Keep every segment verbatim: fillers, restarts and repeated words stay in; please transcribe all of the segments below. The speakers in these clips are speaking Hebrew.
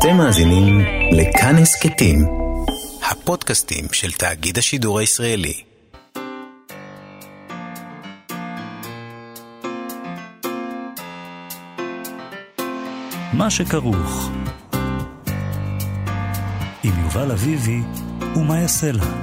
אתם מאזינים לכאן הסכתים, הפודקאסטים של תאגיד השידור הישראלי. מה שכרוך עם יובל אביבי ומה יעשה לה.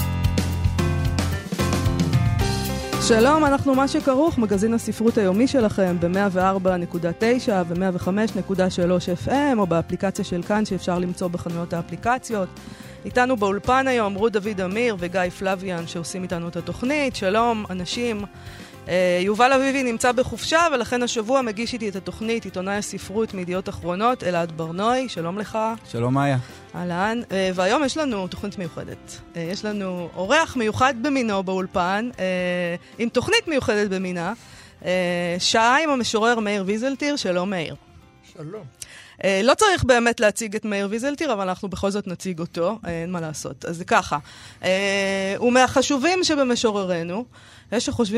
שלום, אנחנו מה שכרוך, מגזין הספרות היומי שלכם ב-מאה וארבע נקודה תשע ו-מאה וחמש נקודה שלוש אף אם או באפליקציה של כאן שאפשר למצוא בחנויות האפליקציות. איתנו באולפן היום רות דוד אמיר וגיא פלוויאן שעושים איתנו את התוכנית. שלום, אנשים. יובל אביבי נמצא בחופשה ולכן השבוע מגיש איתי את התוכנית עיתונאי הספרות מידיעות אחרונות אלעד ברנוי. שלום לך. שלום מאיה. אהלן. והיום יש לנו תוכנית מיוחדת. יש לנו אורח מיוחד במינו באולפן עם תוכנית מיוחדת במינה. שעה עם המשורר מאיר ויזלטיר. שלום מאיר. שלום. לא צריך באמת להציג את מאיר ויזלטיר, אבל אנחנו בכל זאת נציג אותו, אין מה לעשות. אז זה ככה. הוא מהחשובים שבמשוררנו, יש שחושבים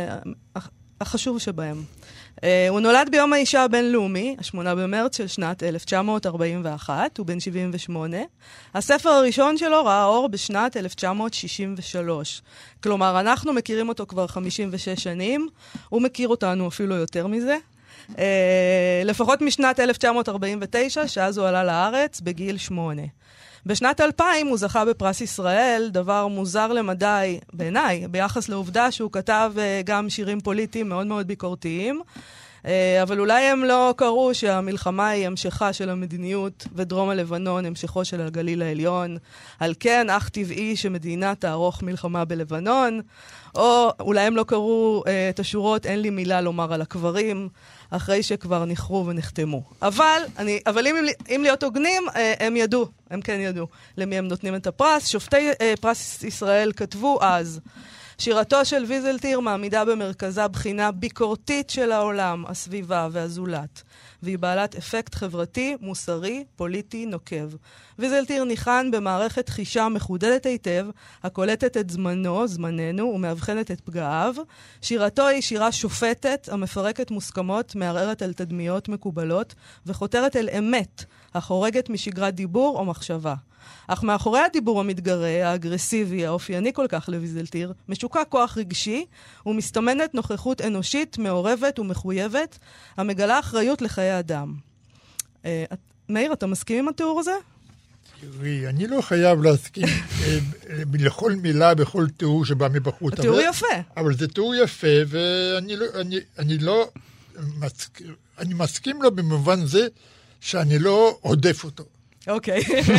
שהחשוב שבהם. הוא נולד ביום האישה הבינלאומי, השמונה במרץ של שנת אלף תשע מאות ארבעים ואחת, הוא בן שבעים ושמונה. הספר הראשון שלו ראה אור בשנת אלף תשע מאות שישים ושלוש. כלומר, אנחנו מכירים אותו כבר חמישים ושש שנים, הוא מכיר אותנו אפילו יותר מזה. Uh, לפחות משנת אלף תשע מאות ארבעים ותשע, שאז הוא עלה לארץ בגיל שמונה. בשנת אלפיים הוא זכה בפרס ישראל, דבר מוזר למדי בעיניי, ביחס לעובדה שהוא כתב uh, גם שירים פוליטיים מאוד מאוד ביקורתיים, uh, אבל אולי הם לא קראו שהמלחמה היא המשכה של המדיניות ודרום הלבנון, המשכו של הגליל העליון. על כן, אך טבעי שמדינה תערוך מלחמה בלבנון, או אולי הם לא קראו uh, את השורות, אין לי מילה לומר על הקברים, אחרי שכבר נחרו ונחתמו. אבל, אני, אבל אם, אם להיות הוגנים, הם ידעו, הם כן ידעו למי הם נותנים את הפרס. שופטי פרס ישראל כתבו אז, שירתו של ויזלטיר מעמידה במרכזה בחינה ביקורתית של העולם, הסביבה והזולת, והיא בעלת אפקט חברתי, מוסרי, פוליטי, נוקב. ויזלטיר ניחן במערכת חישה מחודדת היטב, הקולטת את זמנו, זמננו, ומאבחנת את פגעיו. שירתו היא שירה שופטת, המפרקת מוסכמות, מערערת על תדמיות מקובלות, וחותרת אל אמת, החורגת משגרת דיבור או מחשבה. אך מאחורי הדיבור המתגרה, האגרסיבי, האופייני כל כך לויזלטיר, משוקע כוח רגשי ומסתמנת נוכחות אנושית מעורבת ומחויבת, המגלה אחריות לחיי אדם. אה, מאיר, אתה מסכים עם התיאור הזה? תראי, אני לא חייב להסכים לכל מילה בכל תיאור שבא מבחוץ. התיאור יפה. אבל זה תיאור יפה, ואני לא, אני, אני לא מסכים, אני מסכים לו במובן זה שאני לא עודף אותו. אוקיי.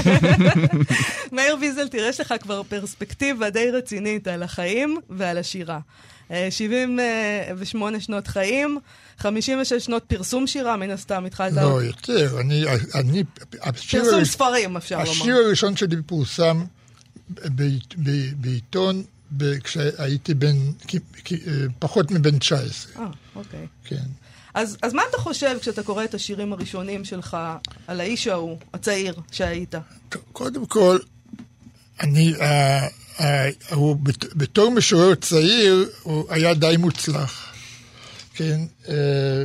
מאיר ויזלטיר, יש לך כבר פרספקטיבה די רצינית על החיים ועל השירה. שבעים ושמונה שנות חיים, חמישים ושש שנות פרסום שירה, מן הסתם התחלת... לא, יותר. אני, אני, פרסום ספרים, אפשר לומר. השיר הראשון שלי פורסם בעיתון כשהייתי בן, פחות מבן תשע עשרה. אה, אוקיי. כן. אז, אז מה אתה חושב כשאתה קורא את השירים הראשונים שלך על האיש ההוא, הצעיר שהיית? קודם כל, אני, אה, אה, הוא, בתור משורר צעיר, הוא היה די מוצלח. כן, אה,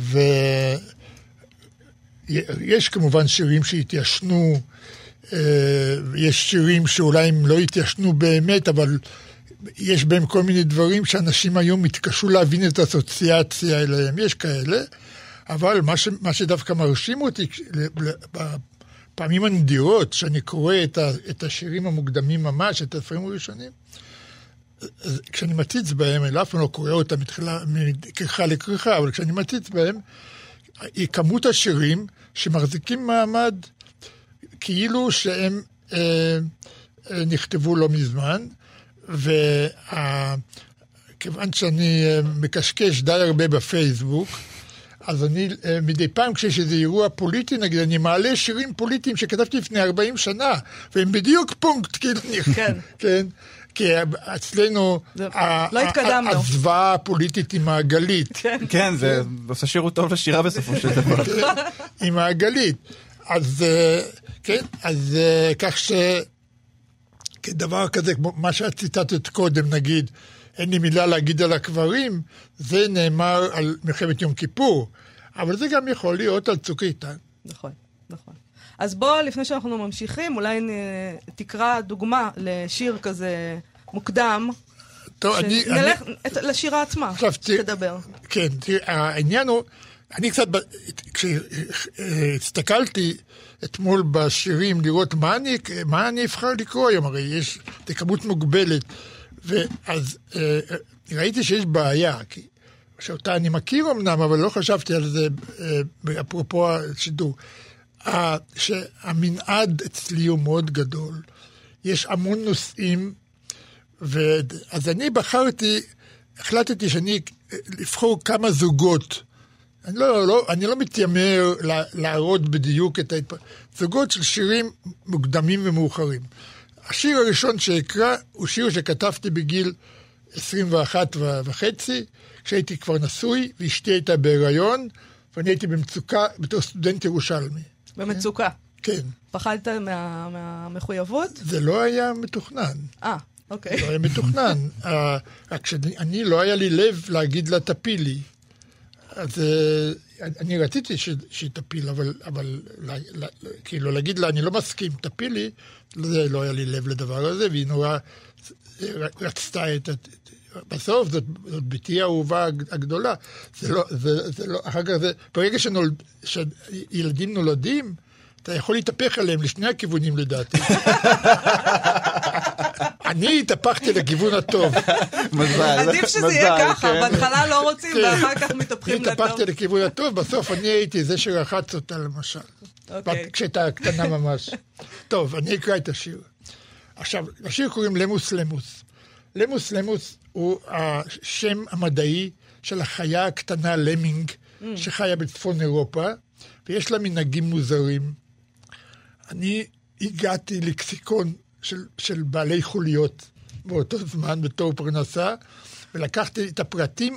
ויש כמובן שירים שהתיישנו, אה, יש שירים שאולי הם לא התיישנו באמת, אבל יש בהם כל מיני דברים שאנשים היום מתקשו להבין את האסוציאציה אליהם, יש כאלה, אבל מה, ש, מה שדווקא מרשים אותי, בפעמים הנדירות, שאני קורא את, ה, את השירים המוקדמים ממש, את הספרים הראשונים, כשאני מציץ בהם, אף פעם לא קורא אותם מכריכה לכריכה, אבל כשאני מציץ בהם, היא כמות השירים שמחזיקים מעמד כאילו שהם אה, אה, נכתבו לא מזמן, וכיוון שאני מקשקש די הרבה בפייסבוק, אז אני מדי פעם כשיש איזה אירוע פוליטי, נגיד, אני מעלה שירים פוליטיים שכתבתי לפני ארבעים שנה, והם בדיוק פונקט, כאילו, כן. כן, כי אצלנו הזוועה הפוליטית היא מעגלית. כן, זה עושה שירות טוב לשירה בסופו של דבר. היא מעגלית. אז, כן, אז כך ש... כדבר כזה, כמו מה שאת ציטטת קודם, נגיד, אין לי מילה להגיד על הקברים, זה נאמר על מלחמת יום כיפור, אבל זה גם יכול להיות על צוק איתן. נכון, נכון. אז בוא, לפני שאנחנו ממשיכים, אולי תקרא דוגמה לשיר כזה מוקדם, טוב, אני... נלך לשירה עצמה, שתדבר. כן, העניין הוא, אני קצת, כשהסתכלתי אתמול בשירים לראות מה אני, מה אני אבחר לקרוא היום, הרי יש כמות מוגבלת, ואז ראיתי שיש בעיה, כי שאותה אני מכיר אמנם, אבל לא חשבתי על זה אפרופו השידור. שהמנעד אצלי הוא מאוד גדול, יש המון נושאים, אז אני בחרתי, החלטתי שאני לבחור כמה זוגות, אני לא, לא, אני לא מתיימר להראות בדיוק את ההתפ... זוגות של שירים מוקדמים ומאוחרים. השיר הראשון שאקרא הוא שיר שכתבתי בגיל עשרים ואחת וחצי, כשהייתי כבר נשוי, ואשתי הייתה בהיריון, ואני הייתי במצוקה בתור סטודנט ירושלמי. במצוקה? כן. פחדת מה, מהמחויבות? זה לא היה מתוכנן. אה, אוקיי. זה לא היה מתוכנן. רק שאני לא היה לי לב להגיד לה תפילי. אז אני רציתי שתפיל, אבל, אבל כאילו להגיד לה, אני לא מסכים, תפילי, זה לא היה לי לב לדבר הזה, והיא נורא רצתה את... בסוף זאת, זאת ביתי האהובה הגדולה. זה לא, זה, זה לא, אחר כך זה, ברגע שנולד, שילדים נולדים, אתה יכול להתהפך עליהם לשני הכיוונים לדעתי. אני התהפכתי לכיוון הטוב. מזל. עדיף שזה יהיה ככה, בהתחלה לא רוצים ואחר כך מתהפכים לטוב. התהפכתי לכיוון הטוב, בסוף אני הייתי זה שרחץ אותה למשל. כשהייתה קטנה ממש. טוב, אני אקרא את השיר. עכשיו, השיר קוראים למוס למוס. למוס למוס הוא השם המדעי של החיה הקטנה למינג, שחיה בצפון אירופה, ויש לה מנהגים מוזרים. אני הגעתי לקסיקון של, של בעלי חוליות באותו זמן בתור פרנסה, ולקחתי את הפרטים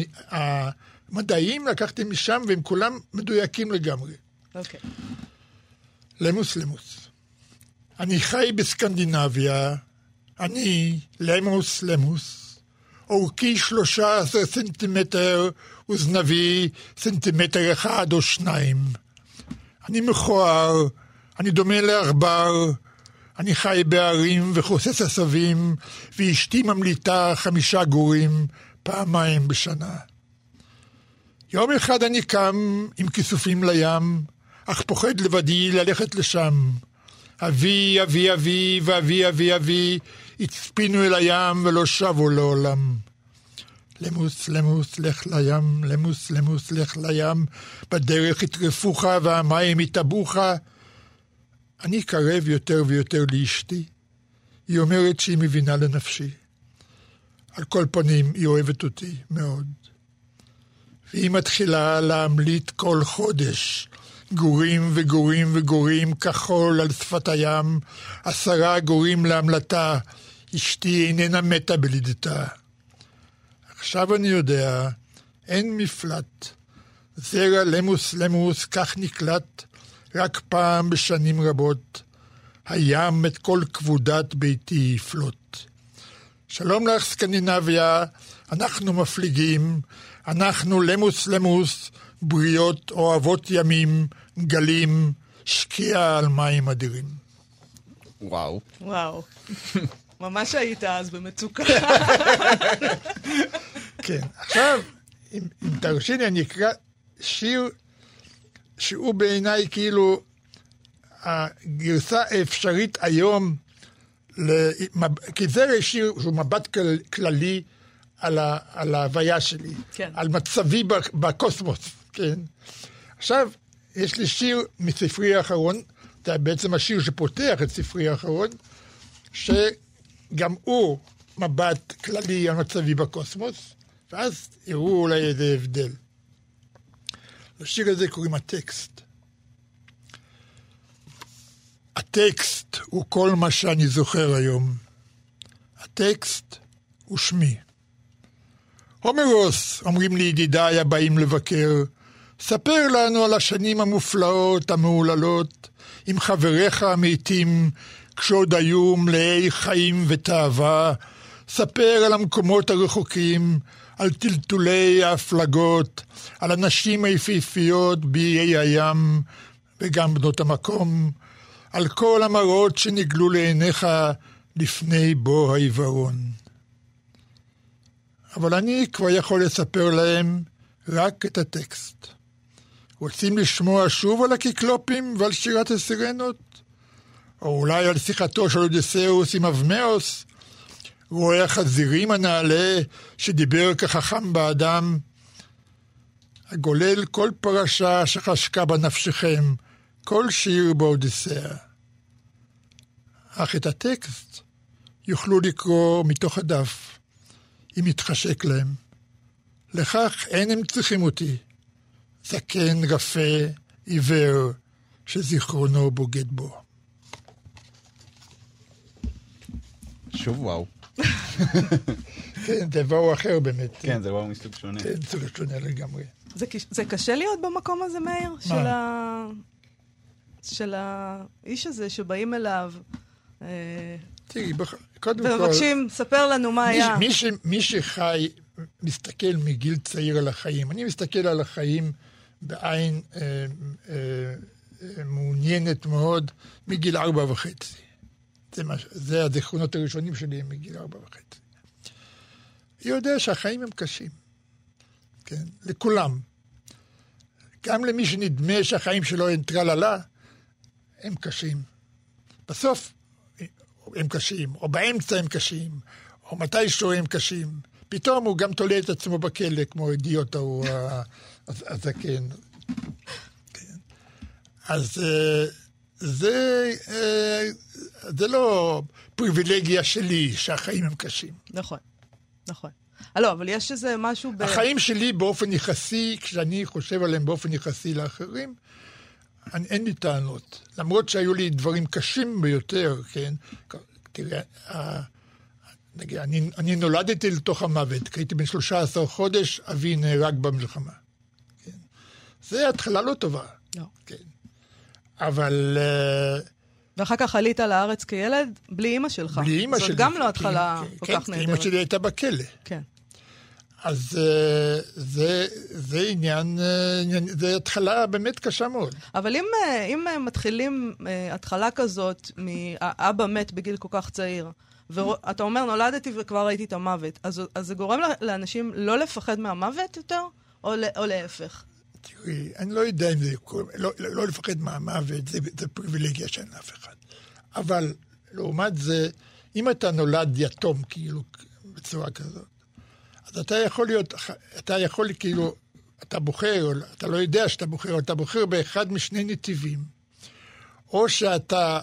המדעיים, לקחתי משם, והם כולם מדויקים לגמרי. אוקיי. Okay. למוס למוס. אני חי בסקנדינביה, אני למוס למוס, אורכי שלושה עשר סנטימטר, וזנבי סנטימטר אחד או שניים. אני מכוער, אני דומה לערבר, אני חי בערים וחוסס עשבים, ואשתי ממליטה חמישה גורים פעמיים בשנה. יום אחד אני קם עם כיסופים לים, אך פוחד לבדי ללכת לשם. אבי, אבי, אבי, ואבי, אבי, אבי, הצפינו אל הים ולא שבו לעולם. למוס, למוס, לך לים, למוס, למוס, לך לים, בדרך יטרפוך והמים יטבעוך. אני קרב יותר ויותר לאשתי. היא אומרת שהיא מבינה לנפשי. על כל פנים, היא אוהבת אותי מאוד. והיא מתחילה להמליט כל חודש. גורים וגורים וגורים כחול על שפת הים, עשרה גורים להמלטה, אשתי איננה מתה בלידתה. עכשיו אני יודע, אין מפלט. זרע למוס למוס כך נקלט, רק פעם בשנים רבות, הים את כל כבודת ביתי יפלוט. שלום לך סקנדינביה, אנחנו מפליגים, אנחנו למוס למוס, בריות אוהבות ימים, גלים, שקיעה על מים אדירים. וואו. וואו. ממש היית אז במצוקה. כן. עכשיו, אם, אם תרשי לי, אני אקרא שיר שהוא בעיניי כאילו הגרסה האפשרית היום, למב... כי זה שיר שהוא מבט כל, כללי על, ה, על ההוויה שלי, כן. על מצבי בקוסמוס. כן. עכשיו, יש לי שיר מספרי האחרון, זה בעצם השיר שפותח את ספרי האחרון, שגם הוא מבט כללי על מצבי בקוסמוס, ואז יראו אולי איזה הבדל. לשיר הזה קוראים הטקסט. הטקסט הוא כל מה שאני זוכר היום. הטקסט הוא שמי. הומרוס, אומרים לי ידידיי הבאים לבקר, ספר לנו על השנים המופלאות, המעוללות, עם חבריך המתים, כשעוד היו מלאי חיים ותאווה, ספר על המקומות הרחוקים, על טלטולי ההפלגות, על הנשים היפיפיות באיי הים, וגם בנות המקום, על כל המראות שנגלו לעיניך לפני בוא העיוורון. אבל אני כבר יכול לספר להם רק את הטקסט. רוצים לשמוע שוב על הקיקלופים ועל שירת הסירנות? או אולי על שיחתו של אודיסאוס עם אבמאוס? רואה החזירים הנעלה שדיבר כחכם באדם? הגולל כל פרשה שחשקה בנפשכם, כל שיר באודיסאה. אך את הטקסט יוכלו לקרוא מתוך הדף, אם יתחשק להם. לכך אין הם צריכים אותי, זקן, רפה, עיוור, שזיכרונו בוגד בו. שוב וואו. כן, זה וואו אחר באמת. כן, זה וואו מסוג שונה. כן, זה שונה לגמרי. זה, זה קשה להיות במקום הזה, מאיר? מה? של, ה... של האיש הזה שבאים אליו. אה... תראי, קודם כל... ומבקשים, ספר לנו מה מי, היה. מי, ש, מי שחי, מסתכל מגיל צעיר על החיים. אני מסתכל על החיים בעין אה, אה, אה, מעוניינת מאוד מגיל ארבע וחצי. זה, מה, זה הזיכרונות הראשונים שלי מגיל ארבע וחצי. אני יודע שהחיים הם קשים. כן, לכולם. גם למי שנדמה שהחיים שלו הם טרללה, הם קשים. בסוף הם קשים, או באמצע הם קשים, או מתישהו הם קשים. פתאום הוא גם תולה את עצמו בכלא, כמו אידיוט הוא הזקן. כן. אז זה, זה לא פריבילגיה שלי שהחיים הם קשים. נכון, נכון. לא, אבל יש איזה משהו ב... החיים שלי באופן יחסי, כשאני חושב עליהם באופן יחסי לאחרים, אני, אין לי טענות. למרות שהיו לי דברים קשים ביותר, כן? תראה, נגיד, אני, אני נולדתי לתוך המוות, כי הייתי בן שלושה עשר חודש, אבי נהרג במלחמה. כן? זה התחלה לא טובה. לא. כן. אבל... ואחר כך עלית לארץ כילד, בלי אמא שלך. בלי אמא שלי. זאת גם לא התחלה כן, כל כן, כך נהדרת. אמא שלי הייתה בכלא. כן. אז זה, זה עניין, זה התחלה באמת קשה מאוד. אבל אם, אם מתחילים התחלה כזאת, מאבא מת בגיל כל כך צעיר, ואתה אומר, נולדתי וכבר ראיתי את המוות, אז, אז זה גורם לאנשים לא לפחד מהמוות יותר, או, או להפך? תראי, אני לא יודע אם זה קורה, לא, לא לפחד מהמוות, זה, זה פריבילגיה שאין לאף אחד. אבל לעומת זה, אם אתה נולד יתום, כאילו, בצורה כזאת, אז אתה יכול להיות, אתה יכול כאילו, אתה בוחר, אתה לא יודע שאתה בוחר, אתה בוחר באחד משני נתיבים, או שאתה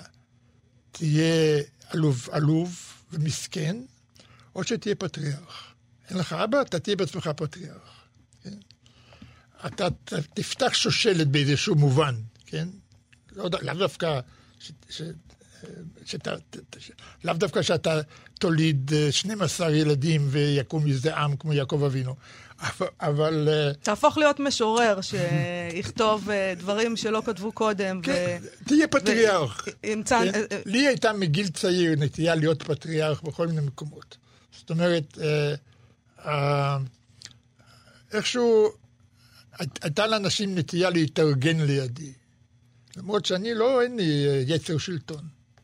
תהיה עלוב, עלוב ומסכן, או שתהיה פטריארך. אין לך אבא, אתה תהיה בעצמך פטריארך. כן? אתה תפתח שושלת באיזשהו מובן, כן? לא, לאו דווקא, ש, ש, שאתה, ש, לאו דווקא שאתה תוליד שנים עשר ילדים ויקום מזה עם כמו יעקב אבינו, אבל... אבל תהפוך להיות משורר שיכתוב דברים שלא כתבו קודם. כן, ו... תהיה פטריארך. וימצא... כן? לי הייתה מגיל צעיר נטייה להיות פטריארך בכל מיני מקומות. זאת אומרת, אה, אה, איכשהו... הייתה לאנשים נטייה להתארגן לידי. למרות שאני לא, אין לי יצר שלטון.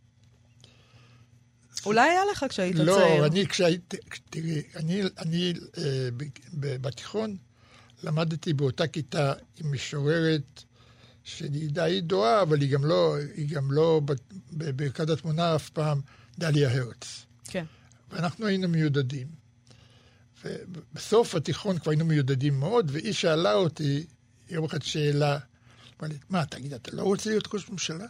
אולי היה לך כשהיית צעיר. לא, אני כשהייתי, תראי, אני, אני אה, בתיכון למדתי באותה כיתה עם משוררת שהיא די ידועה, אבל היא גם לא, היא גם לא בברכת התמונה אף פעם, דליה הרץ. כן. ואנחנו היינו מיודדים. ובסוף התיכון כבר היינו מיודדים מאוד, והיא שאלה אותי, יום אחד שאלה, מה, תגיד, אתה לא רוצה להיות ראש ממשלה?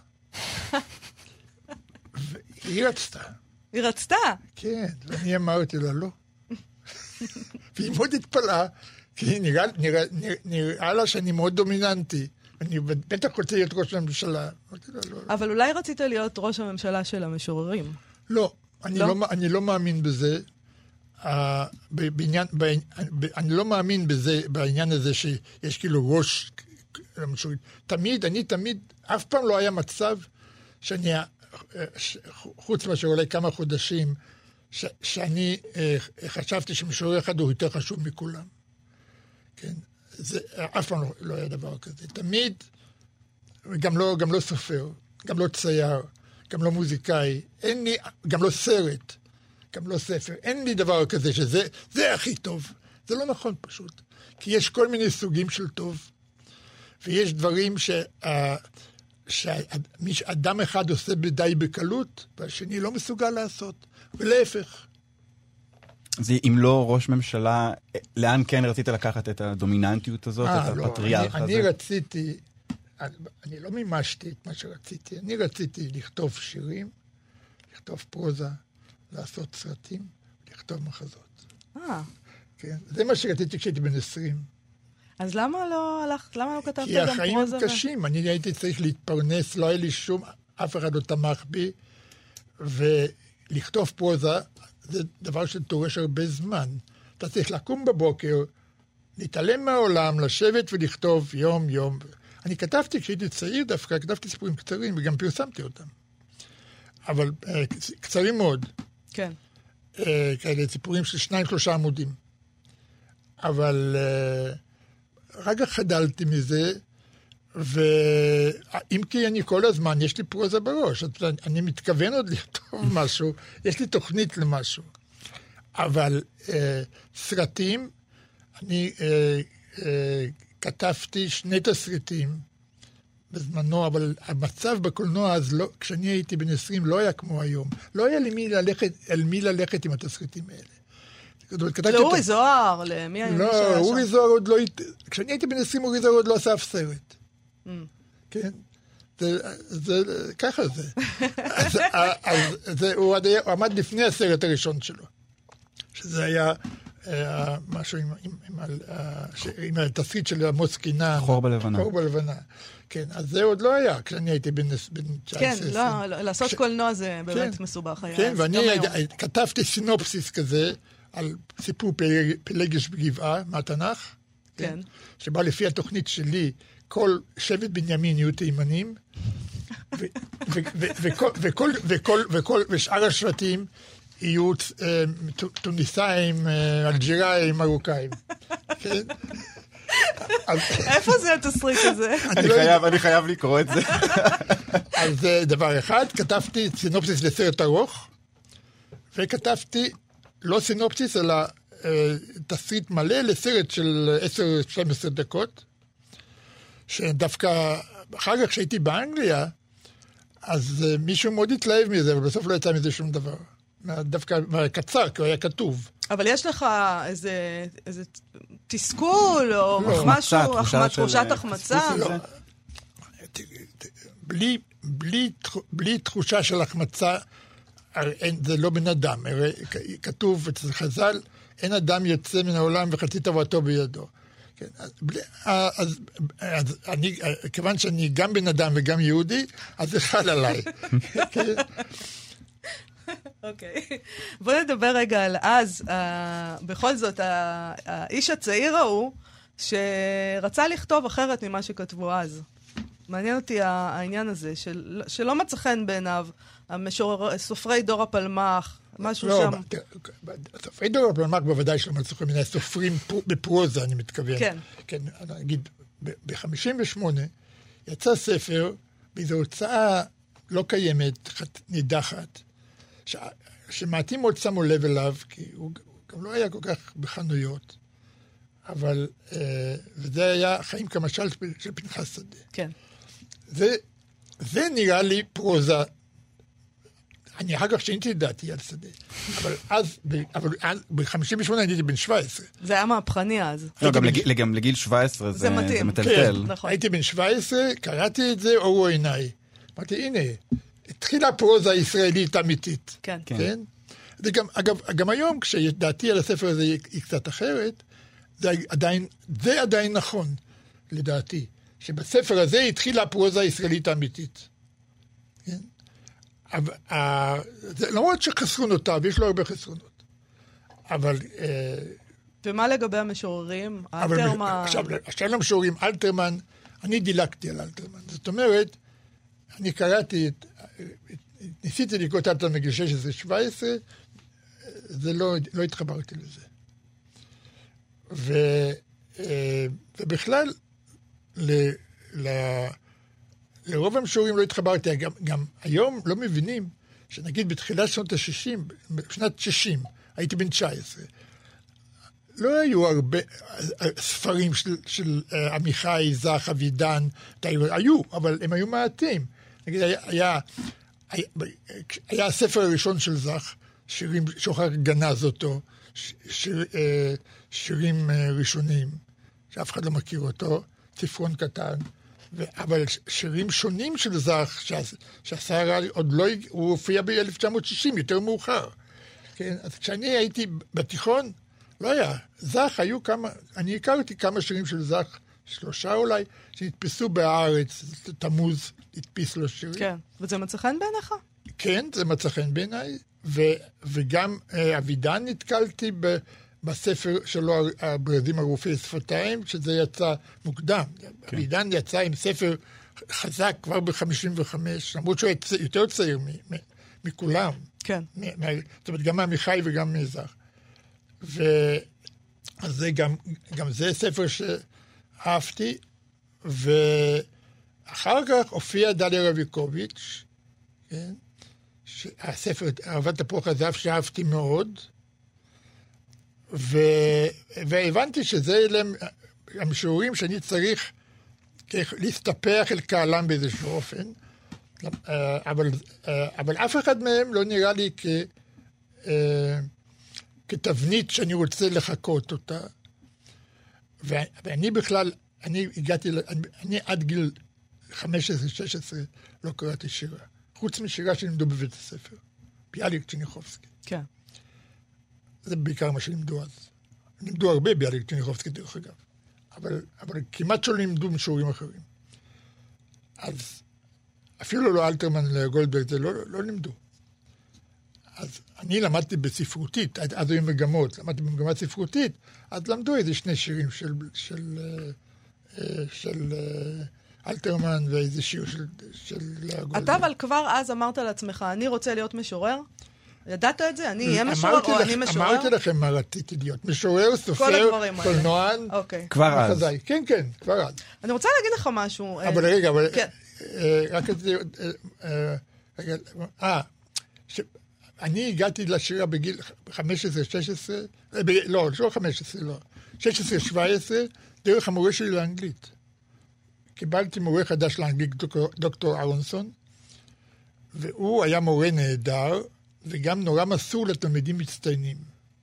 והיא רצתה. היא רצתה? כן, ואני אמרתי לה, לא. והיא מאוד התפלאה, כי נראה, נראה, נראה, נראה לה שאני מאוד דומיננטי. אני בטח רוצה להיות ראש הממשלה. אמרתי לה, לא, לא. אבל אולי רצית להיות ראש הממשלה של המשוררים. לא, אני לא, לא, אני לא מאמין בזה. Uh, בעניין, בעניין, אני לא מאמין בזה, בעניין הזה שיש כאילו ראש, תמיד, אני תמיד, אף פעם לא היה מצב שאני, חוץ מאשר אולי כמה חודשים, ש, שאני uh, חשבתי שמשורר אחד הוא יותר חשוב מכולם. כן? זה, אף פעם לא, לא היה דבר כזה. תמיד גם לא, גם לא סופר, גם לא צייר, גם לא מוזיקאי, אין לי, גם לא סרט, גם לא ספר. אין לי דבר כזה שזה, זה הכי טוב. זה לא נכון פשוט. כי יש כל מיני סוגים של טוב, ויש דברים ש... שאדם אחד עושה די בקלות, והשני לא מסוגל לעשות, ולהפך. אז אם לא ראש ממשלה, לאן כן רצית לקחת את הדומיננטיות הזאת, 아, את לא, הפטריארך אני, הזה? אני רציתי, אני, אני לא מימשתי את מה שרציתי, אני רציתי לכתוב שירים, לכתוב פרוזה, לעשות סרטים, לכתוב מחזות. אה. כן, זה מה שרציתי כשהייתי בן עשרים. אז למה לא הלכת, למה לא כתבת גם פרוזה? כי החיים הם קשים, אני הייתי צריך להתפרנס, לא היה לי שום, אף אחד לא תמך בי, ולכתוב פרוזה זה דבר שדורש הרבה זמן. אתה צריך לקום בבוקר, להתעלם מהעולם, לשבת ולכתוב יום יום. אני כתבתי כשהייתי צעיר דווקא, כתבתי סיפורים קצרים וגם פרסמתי אותם. אבל קצרים מאוד. כן. כאלה סיפורים של שניים שלושה עמודים. אבל רגע חדלתי מזה, ואם כי אני כל הזמן, יש לי פרוזה בראש, אני מתכוון עוד לכתוב משהו, יש לי תוכנית למשהו. אבל אה, סרטים, אני אה, אה, כתבתי שני תסריטים בזמנו, אבל המצב בקולנוע אז לא, כשאני הייתי בן עשרים לא היה כמו היום. לא היה לי מי ללכת, אל מי ללכת עם התסריטים האלה. לאורי זוהר, למי היה מי שהיה שם? לא, אורי זוהר עוד לא... כשאני הייתי בן עשרים, אורי זוהר עוד לא עשה אף סרט. כן? זה, ככה זה. אז הוא עמד לפני הסרט הראשון שלו. שזה היה משהו עם התסריט של עמוס קינה. חור בלבנה. חור בלבנה. כן, אז זה עוד לא היה כשאני הייתי בן תשע עשרה. כן, לא, לעשות קולנוע זה באמת מסובך. כן, ואני כתבתי סינופסיס כזה, על סיפור פלגש בגבעה, מהתנ"ך, כן. שבא לפי התוכנית שלי, כל שבט בנימין יהיו תימנים, ושאר השבטים יהיו טוניסאים, אלג'יראים, מרוקאים. כן? איפה זה התסריט הזה? אני חייב לקרוא את זה. אז זה דבר אחד, כתבתי סינופסיס לסרט ארוך, וכתבתי לא סינופסיס, אלא תסריט מלא לסרט של עשר שתים עשרה דקות, שדווקא אחר כך כשהייתי באנגליה, אז מישהו מאוד התלהב מזה, אבל בסוף לא יצא מזה שום דבר. דווקא קצר, כי הוא היה כתוב. אבל יש לך איזה, איזה תסכול, או משהו, תחושת החמצה? בלי, בלי, בלי תחושה של החמצה, זה לא בן אדם. כתוב אצל חז"ל, אין אדם יוצא מן העולם וחצי תאוותו בידו. כן, אז, אז, אז אני, כיוון שאני גם בן אדם וגם יהודי, אז זה חל עליי. אוקיי. בוא נדבר רגע על אז, בכל זאת, האיש הצעיר ההוא, שרצה לכתוב אחרת ממה שכתבו אז. מעניין אותי העניין הזה, של, שלא מצא חן בעיניו, סופרי דור הפלמח, משהו לא, שם. סופרי דור הפלמח בוודאי שלא מצא חן, סופרים בפרוזה, אני מתכוון. כן. כן, אני אגיד, ב-חמישים ושמונה יצא ספר, באיזו הוצאה לא קיימת, נידחת, ש... שמעטים מאוד שמו לב אליו, כי הוא גם לא היה כל כך בחנויות, אבל אה, וזה היה חיים כמשל של פנחס שדה. כן. זה, זה נראה לי פרוזה, אני אחר כך שיניתי דעתי על שדה, אבל אז, אבל אז, ב-חמישים ושמונה הייתי בן שבע עשרה. זה היה מהפכני אז. לא, גם, לג... גם לגיל שבע עשרה זה, זה, מתאים. זה מטלטל. כן, נכון. הייתי בן שבע עשרה, קראתי את זה, אורו עיניי. אמרתי, הנה, התחילה פרוזה ישראלית אמיתית. כן. כן? כן? זה גם, אגב, גם היום, כשדעתי על הספר הזה היא קצת אחרת, זה עדיין, זה עדיין נכון, לדעתי, שבספר הזה התחילה הפרוזה הישראלית האמיתית. כן? אבל, זה, למרות שחסרונותיו, יש לו הרבה חסרונות. אבל... ומה לגבי המשוררים? אלתרמן... עכשיו, עכשיו למשוררים, אלתרמן, אני דילגתי על אלתרמן. זאת אומרת, אני קראתי את... ניסיתי לקרוא את אלתרמן מגיל שש עשרה שבע עשרה, זה לא, לא התחברתי לזה. ו, ובכלל, ל, ל, לרוב המשוררים לא התחברתי, גם, גם היום לא מבינים שנגיד בתחילת שנות ה-שישים, בשנת שישים, הייתי בן תשע עשרה, לא היו הרבה ספרים של, של uh, עמיחי, זך, אבידן, היו, אבל הם היו מעטים. נגיד, היה, היה, היה, היה הספר הראשון של זך, שירים, שוחר גנז אותו, שיר, uh, שירים uh, ראשונים, שאף אחד לא מכיר אותו, ספרון קטן, ו, אבל שירים שונים של זך, שהשר עוד לא, הוא הופיע ב-אלף תשע מאות שישים, יותר מאוחר. כן? אז כשאני הייתי בתיכון, לא היה. זך היו כמה, אני הכרתי כמה שירים של זך, שלושה אולי, שנתפסו בארץ, תמוז, התפיס לו שירים. כן, וזה מצא חן בעיניך? כן, זה מצא חן בעיניי, ו- וגם אה, אבידן נתקלתי ב- בספר שלו, הברזים ערופי שפתיים, שזה יצא מוקדם. כן. אבידן יצא עם ספר חזק כבר ב-חמישים וחמש, למרות שהוא יצא, יותר צעיר מ- מ- מכולם. כן. מ- מ- זאת אומרת, גם מעמיחי וגם מזך. ואז זה גם, גם זה ספר שאהבתי, ואחר כך הופיע דליה רביקוביץ', כן? הספר, אהבת תפוח הזהב שאהבתי מאוד, ו... והבנתי שזה אלה המשוררים שאני צריך להסתפח אל קהלם באיזשהו אופן, אבל, אבל אף אחד מהם לא נראה לי כ... כתבנית שאני רוצה לחכות אותה. ואני בכלל, אני הגעתי, אני, אני עד גיל חמש עשרה שש עשרה לא קראתי שירה. חוץ משירה שלימדו בבית הספר. ביאליק צ'רניחובסקי. כן. זה בעיקר מה שלימדו אז. לימדו הרבה ביאליק צ'רניחובסקי דרך אגב. אבל, אבל כמעט שלא לימדו משורים אחרים. אז אפילו לא אלתרמן לגולדברג, זה לא, לא לימדו. אז אני למדתי בספרותית, אז היו מגמות, למדתי במגמת ספרותית, אז למדו איזה שני שירים של, של, של, של אלתרמן ואיזה שיר של, של גולדברג. אתה אבל כבר אז אמרת לעצמך, אני רוצה להיות משורר? ידעת את זה? אני אהיה משורר או אני משורר? אמרתי לכם מה רציתי להיות, משורר, סופר, קולנוען, כבר אז. כן, כן, כבר אז. אני רוצה להגיד לך משהו. אבל רגע, אבל... רק רגע, אה, אני הגעתי לשירה בגיל חמש עשרה שש עשרה, לא, לא חמש עשרה, לא, שש עשרה שבע עשרה, דרך המורה שלי לאנגלית. קיבלתי מורה חדש לאנגלית, דוקטור אהרונסון, והוא היה מורה נהדר, וגם נורא מסור לתלמידים מצטיינים.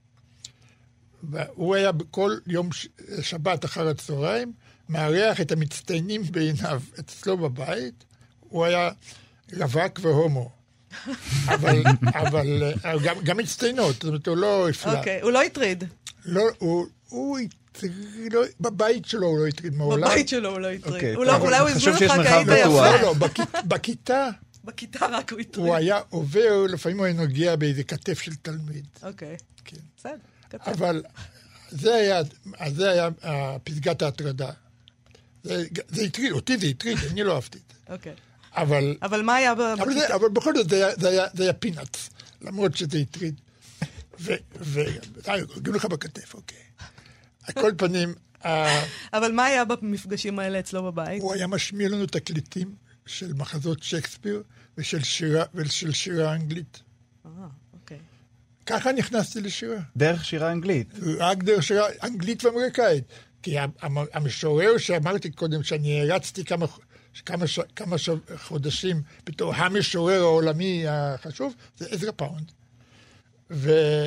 והוא היה בכל יום שבת אחר הצהריים, מארח את המצטיינים בעיניו אצלו בבית, הוא היה רווק והומו. אבל, אבל גם, גם מצטיינות, זאת אומרת, הוא לא הפלא. אוקיי, הוא לא הטריד. לא, הוא, הוא הטריד, לא, בבית שלו הוא לא הטריד מעולם. בבית שלו הוא לא הטריד. אוקיי, אולי הוא הזמין לך כהיית בטוח. יפה. לא, לא, בכיתה, בכיתה רק הוא הטריד. הוא היה עובר, לפעמים הוא היה נוגע באיזה כתף של תלמיד. אוקיי, כן. בסדר, כתב. אבל זה היה, זה היה פסגת ההטרדה. זה, זה הטריד, אותי זה הטריד, אני לא אהבתי את זה. אוקיי. אבל... אבל מה היה בכיתה? אבל, זה, אבל בכל זאת זה היה, זה היה, זה היה פינאץ, למרות שזה הטריד. ו... ו... הגיעו לך בכתף, אוקיי. על כל פנים... אבל מה היה במפגשים האלה אצלו בבית? הוא היה משמיע לנו תקליטים של מחזות שייקספיר ושל שירה, ושל שירה אנגלית. אה, אוקיי. ככה נכנסתי לשירה. דרך שירה אנגלית. רק דרך שירה אנגלית ואמריקאית. כי המשורר שאמרתי קודם, שאני הרצתי כמה... כמה, ש... כמה ש... חודשים בתור המשורר העולמי החשוב, זה עזרא פאונד. ו...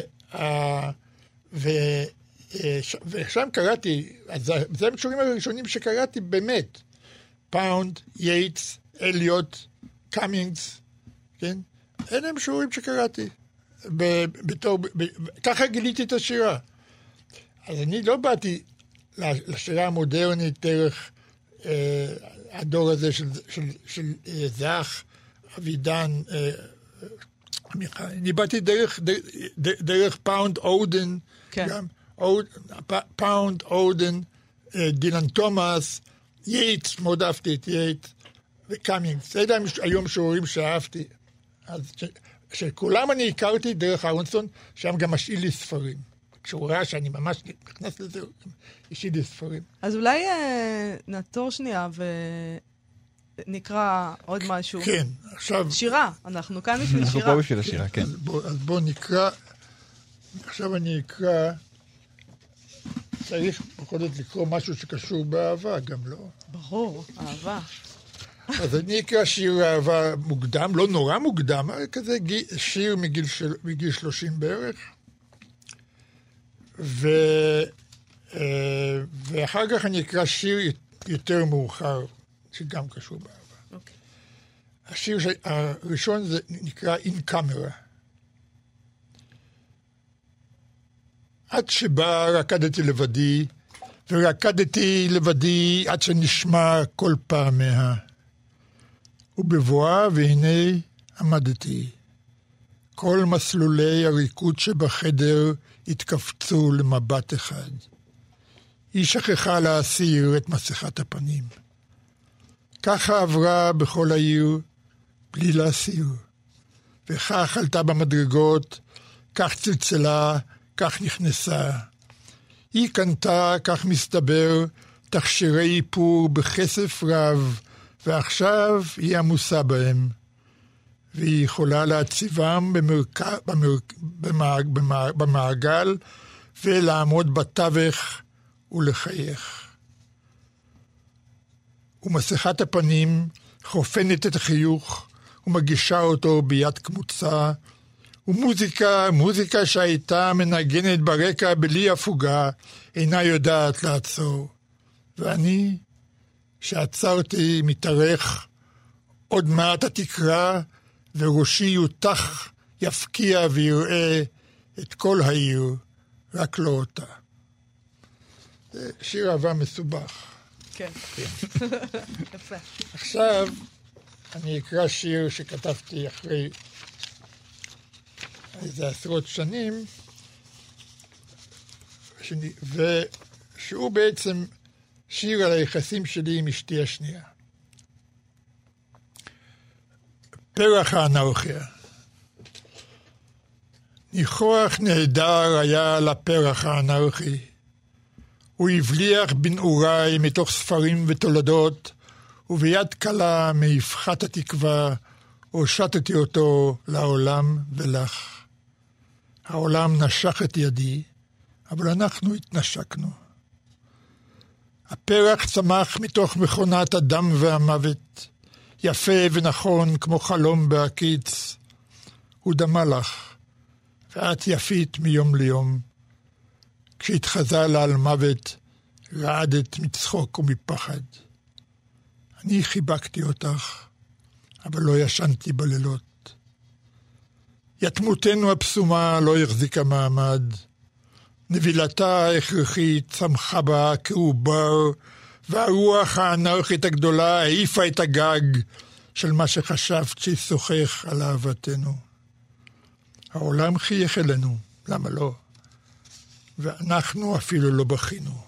ו... ש... ושם קראתי, אז זה המשוררים הראשונים שקראתי באמת. פאונד, יייטס, אליוט, קאמינגס, כן? אלה המשוררים שקראתי. ב... בתור... ב... ככה גיליתי את השירה. אז אני לא באתי לשירה המודרנית דרך... אה... הדור הזה של, של, של של זך, אבידן, עמיחי. אני באתי דרך, דרך, דרך פאונד, אודן, כן. גם, אוד, פאונד, אודן, דילן תומאס, יייטס, מאוד אהבתי את יייטס, וקאמינגס. זה היה היום שיעורים שאהבתי. אז ש, שכולם אני הכרתי דרך אהרונסון, שם גם משאיל לי ספרים. כשהוא ראה שאני ממש נכנס לזה, השאיל לי ספרים. אז אולי אה, נעצור שנייה ו... נקרא עוד משהו. כן, עכשיו... שירה, אנחנו כאן בשביל אנחנו שירה. פה בשביל השירה, כן. אז בואו בוא נקרא, עכשיו אני אקרא, צריך בכל זאת לקרוא משהו שקשור באהבה, גם לא. ברור, אהבה. אז אני אקרא שיר אהבה מוקדם, לא נורא מוקדם, אבל כזה שיר מגיל, של, מגיל שלושים בערך. ו, ואחר כך אני אקרא שיר יותר מאוחר, שגם קשור באהבה. אוקיי. השיר הראשון זה נקרא In Camera. עד שבה רקדתי לבדי, ורקדתי לבדי עד שנשמע כל פעמיה. ובבואה והנה עמדתי. כל מסלולי הריקוד שבחדר התכווצו למבט אחד. היא שכחה להסיר את מסכת הפנים. ככה עברה בכל העיר, בלי להסיר. וכך עלתה במדרגות, כך צלצלה, כך נכנסה. היא קנתה, כך מסתבר, תכשירי איפור בכסף רב, ועכשיו היא עמוסה בהם. והיא יכולה להציבם במרק... במרק... במעג... במעג... במעגל, ולעמוד בתווך ולחייך. ומסכת הפנים חופנת את החיוך, ומגישה אותו ביד קמוצה, ומוזיקה, מוזיקה שהייתה מנגנת ברקע בלי הפוגה, אינה יודעת לעצור. ואני, שעצרתי, מתארך, עוד מעט התקרה, וראשי יותח, יפקיע ויראה את כל העיר, רק לא אותה. זה שיר אהבה מסובך. כן. יפה. עכשיו אני אקרא שיר שכתבתי אחרי איזה עשרות שנים, שני, ושהוא בעצם שיר על היחסים שלי עם אשתי השנייה. פרח האנרכיה. ניחוח נהדר היה לפרח האנרכי. הוא הבליח בנעוריי מתוך ספרים ותולדות, וביד קלה מאבחת התקווה, הושטתי אותו לעולם ולך. העולם נשך את ידי, אבל אנחנו התנשקנו. הפרח צמח מתוך מכונת הדם והמוות, יפה ונכון כמו חלום בהקיץ. הוא דמה לך, ואת יפית מיום ליום. כשהתחזה לה על מוות, רעדת מצחוק ומפחד. אני חיבקתי אותך, אבל לא ישנתי בלילות. יתמותנו הפסומה לא החזיקה מעמד. נבילתה ההכרחית צמחה בה כעובר, והרוח האנרכית הגדולה העיפה את הגג של מה שחשבת שישוחח על אהבתנו. העולם חייך אלינו, למה לא? ואנחנו אפילו לא בכינו.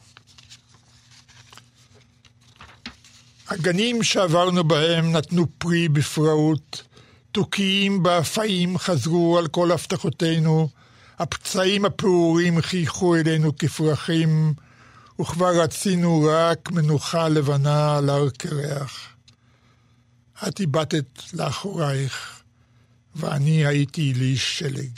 הגנים שעברנו בהם נתנו פרי בפראות, תוקיים באפיים חזרו על כל הבטחותינו, הפצעים הפעורים חייכו אלינו כפרחים, וכבר רצינו רק מנוחה לבנה על הר קרח. את איבדת לאחורייך, ואני הייתי לי שלג.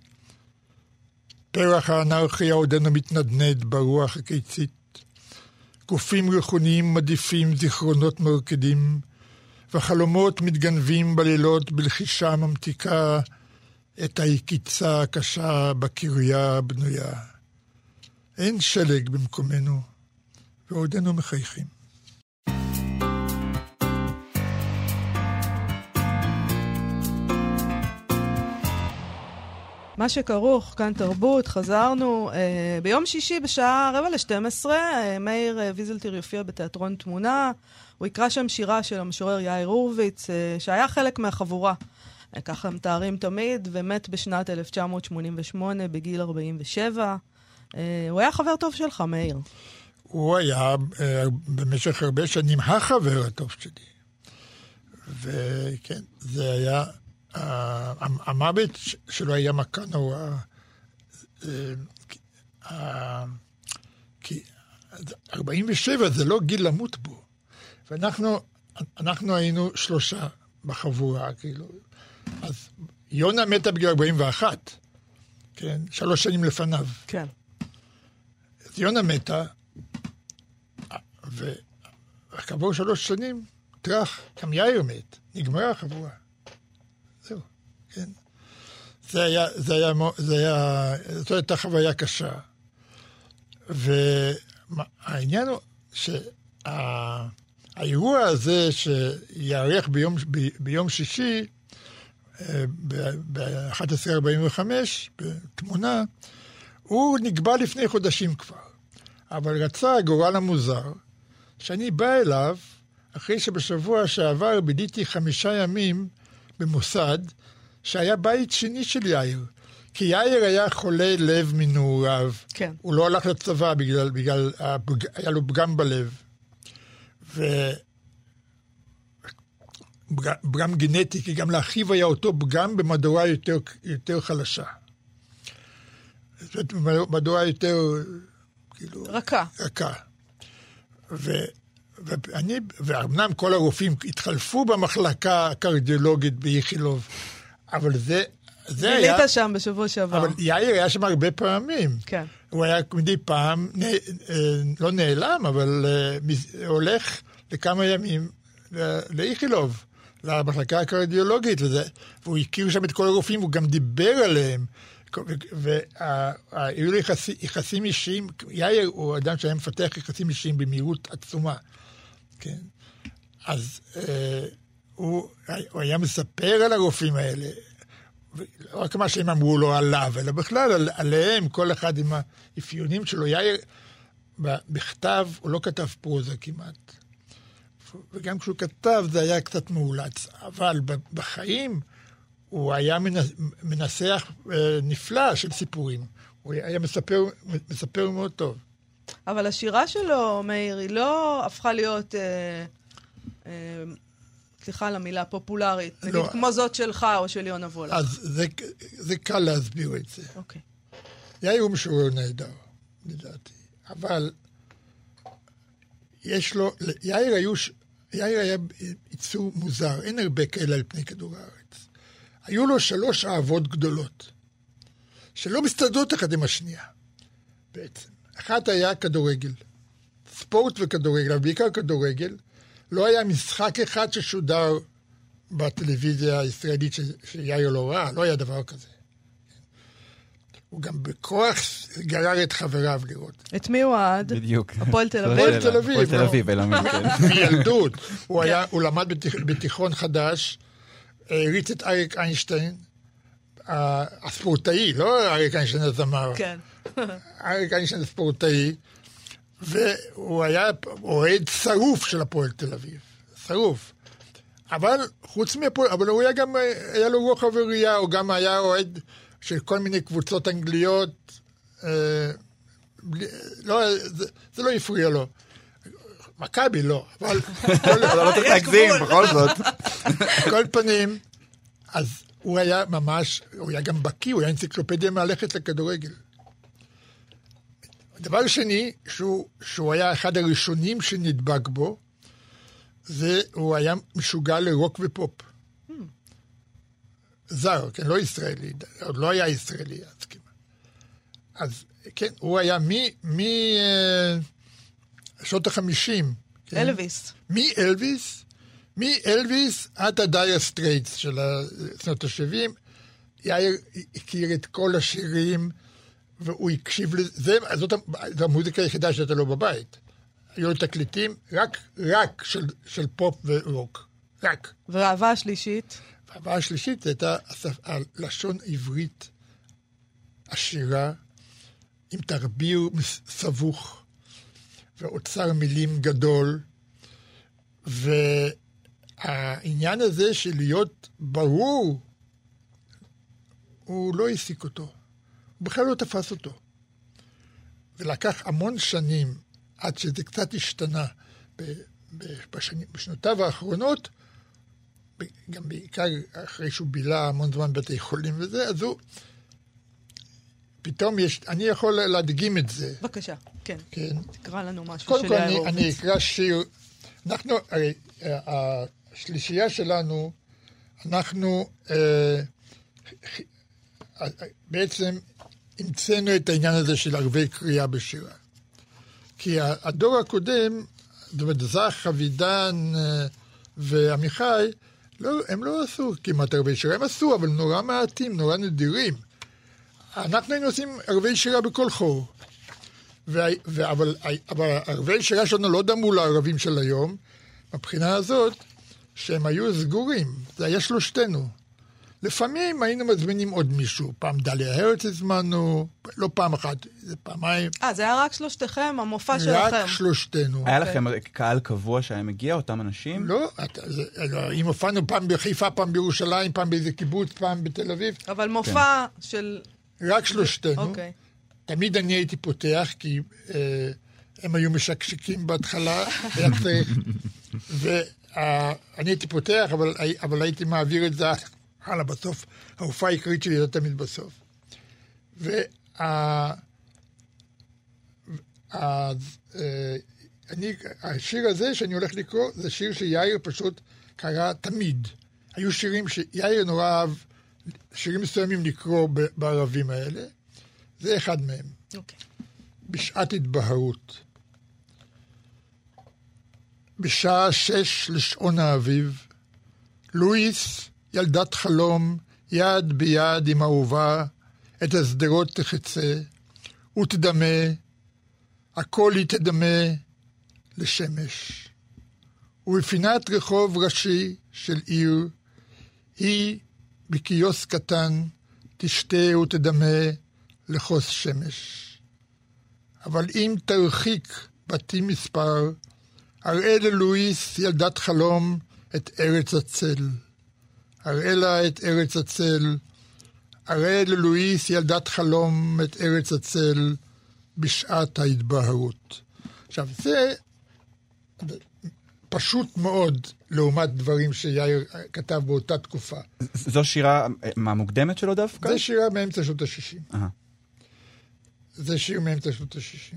פרח האנרכיה עודנו מתנדנד ברוח הקיצית. גופים רכוניים מדיפים זיכרונות מרקדים, וחלומות מתגנבים בלילות בלחישה ממתיקה את היקיצה הקשה בקריה הבנויה. אין שלג במקומנו, ועודנו מחייכים. מה שכרוך, כאן תרבות, חזרנו. אה, ביום שישי בשעה רבע לשתים עשרה, אה, מאיר אה, ויזלטיר יופיע בתיאטרון תמונה. הוא יקרא שם שירה של המשורר יאיר הורוביץ, אה, שהיה חלק מהחבורה. אה, ככה הם תארים תמיד, ומת בשנת אלף תשע מאות שמונים ושמונה בגיל ארבעים ושבע. אה, הוא היה חבר טוב שלך, מאיר. הוא היה אה, במשך הרבה שנים החבר הטוב שלי. וכן, זה היה... המוות שלו היה מכה נורא, כי ארבעים ושבע זה לא גיל למות בו. ואנחנו, אנחנו היינו שלושה בחבורה, כאילו. אז יונה מתה בגיל ארבעים ואחת, כן? שלוש שנים לפניו. כן. אז יונה מתה, וכעבור שלוש שנים, טרח, גם יאיר מת, נגמרה החבורה. זהו, כן? זה היה, זה היה, זה היה, זאת הייתה חוויה קשה. והעניין הוא שהאירוע הזה שיערך ביום, ב, ביום שישי, ב-אחת עשרה ארבעים וחמש, בתמונה, הוא נקבע לפני חודשים כבר. אבל רצה הגורל המוזר, שאני בא אליו, אחרי שבשבוע שעבר ביליתי חמישה ימים במוסד, שהיה בית שני של יאיר. כי יאיר היה חולה לב מנעוריו. כן. הוא לא הלך לצבא בגלל, בגלל, היה לו פגם בלב. ו... פגם גנטי, כי גם לאחיו היה אותו פגם במדורה יותר, יותר חלשה. זאת מדורה יותר, כאילו... רכה. רכה. ו... ואני, ואמנם כל הרופאים התחלפו במחלקה הקרדיולוגית באיכילוב, אבל זה, זה היה... בילית שם בשבוע שעבר. אבל יאיר היה שם הרבה פעמים. כן. הוא היה מדי פעם, נ, לא נעלם, אבל הולך לכמה ימים לאיכילוב, למחלקה הקרדיולוגית, וזה, והוא הכיר שם את כל הרופאים, הוא גם דיבר עליהם, והיו לי יחסים אישיים, יאיר הוא אדם שהיה מפתח יחסים אישיים במהירות עצומה. כן. אז אה, הוא, הוא היה מספר על הרופאים האלה, לא רק מה שהם אמרו לו עליו, אלא בכלל על, עליהם, כל אחד עם האפיונים שלו. יאיר, בכתב, הוא לא כתב פרוזה כמעט. וגם כשהוא כתב זה היה קצת מאולץ, אבל בחיים הוא היה מנסח נפלא של סיפורים. הוא היה מספר, מספר מאוד טוב. אבל השירה שלו, מאיר, היא לא הפכה להיות, אה, אה, סליחה על המילה, פופולרית. נגיד, לא, כמו זאת שלך או של יונה וולך. אז זה, זה קל להסביר את זה. אוקיי. יאיר הוא משורר נהדר, לדעתי. אבל יש לו, יאיר היו, יאיר היה ייצור מוזר, אין הרבה כאלה על פני כדור הארץ. היו לו שלוש אהבות גדולות, שלא מסתדרות אחד עם השנייה, בעצם. אחת היה כדורגל, ספורט וכדורגל, אבל בעיקר כדורגל. לא היה משחק אחד ששודר בטלוויזיה הישראלית ש... שיאיר לא ראה, לא היה דבר כזה. הוא גם בכוח גרר את חבריו לראות. את מי הוא אהד? בדיוק. הפועל תל אביב? הפועל תל אביב. הפועל תל אביב, אלא כן. מילדות. הוא היה, הוא למד בתיכון חדש, הריץ את אריק איינשטיין, הספורטאי, לא אריק איינשטיין הזמר. כן. אריק איינשטיין הספורטאי, והוא היה אוהד שרוף של הפועל תל אביב. שרוף. אבל חוץ מהפועל, אבל הוא היה גם, היה לו רוח וראייה, הוא גם היה אוהד של כל מיני קבוצות אנגליות, אה, לא, זה, זה לא הפריע לו. מכבי לא, אבל... לא צריך להגזים, בכל זאת. כל פנים, אז הוא היה ממש, הוא היה גם בקיא, הוא היה אנציקלופדיה מהלכת לכדורגל. דבר שני, שהוא, שהוא היה אחד הראשונים שנדבק בו, זה, הוא היה משוגע לרוק ופופ. Hmm. זר, כן, לא ישראלי, עוד לא היה ישראלי אז כמעט. אז כן, הוא היה מי, מי, שנות החמישים. כן? אלוויס. מי אלוויס? מי אלוויס עד הדייר סטרייטס של שנות ה-שבעים. יאיר הכיר את כל השירים, והוא הקשיב לזה, זאת, זאת המוזיקה היחידה שהייתה לו בבית. היו לו תקליטים רק, רק של, של פופ ורוק. רק. והאהבה השלישית? והאהבה השלישית הייתה הלשון עברית עשירה, עם תרביר סבוך, ואוצר מילים גדול, והעניין הזה של להיות ברור, הוא לא העסיק אותו. הוא בכלל לא תפס אותו. ולקח המון שנים עד שזה קצת השתנה בשנים, בשנותיו האחרונות, גם בעיקר אחרי שהוא בילה המון זמן בתי חולים וזה, אז הוא, פתאום יש, אני יכול להדגים את זה. בבקשה, כן. כן. תקרא לנו משהו קודם של כל יאיר אני, הורוביץ. אני אקרא שיר, אנחנו, הרי השלישייה שלנו, אנחנו אה, בעצם המצאנו את העניין הזה של ערבי קריאה בשירה. כי הדור הקודם, זאת אומרת, זך, אבידן ועמיחי, לא, הם לא עשו כמעט ערבי שירה, הם עשו, אבל נורא מעטים, נורא נדירים. אנחנו היינו עושים ערבי שירה בכל חור. ו, ו, אבל, אבל ערבי שירה שלנו לא דמו לערבים של היום, מבחינה הזאת, שהם היו סגורים, זה היה שלושתנו. לפעמים היינו מזמינים עוד מישהו, פעם דליה הרץ הזמנו, לא פעם אחת, זה פעמיים. אה, זה היה רק שלושתכם, המופע שלכם. רק שלושתנו. היה לכם קהל קבוע שהיה מגיע, אותם אנשים? לא, אם הופענו פעם בחיפה, פעם בירושלים, פעם באיזה קיבוץ, פעם בתל אביב. אבל מופע של... רק שלושתנו. אוקיי. תמיד אני הייתי פותח, כי הם היו משקשקים בהתחלה, היה צריך. ואני הייתי פותח, אבל הייתי מעביר את זה... הלאה, בסוף, ההופעה העיקרית שלי הייתה תמיד בסוף. והשיר הזה שאני הולך לקרוא, זה שיר שיאיר פשוט קרא תמיד. היו שירים שיאיר נורא אהב, שירים מסוימים לקרוא בערבים האלה. זה אחד מהם. אוקיי. בשעת התבהרות. בשעה שש לשעון האביב, לואיס, ילדת חלום, יד ביד עם אהובה, את השדרות תחצה, ותדמה, הכל היא תדמה לשמש. ובפינת רחוב ראשי של עיר, היא בקיוסק קטן, תשתה ותדמה לחוס שמש. אבל אם תרחיק בתים מספר, אראה ללואיס ילדת חלום את ארץ הצל. אראה לה את ארץ הצל, אראה ללואיס ילדת חלום את ארץ הצל בשעת ההתבהרות. עכשיו, זה פשוט מאוד לעומת דברים שיאיר כתב באותה תקופה. זו שירה, מה, מוקדמת שלו דווקא? זה שירה מאמצע שנות ה-שישים. זה שיר מאמצע שנות ה-שישים.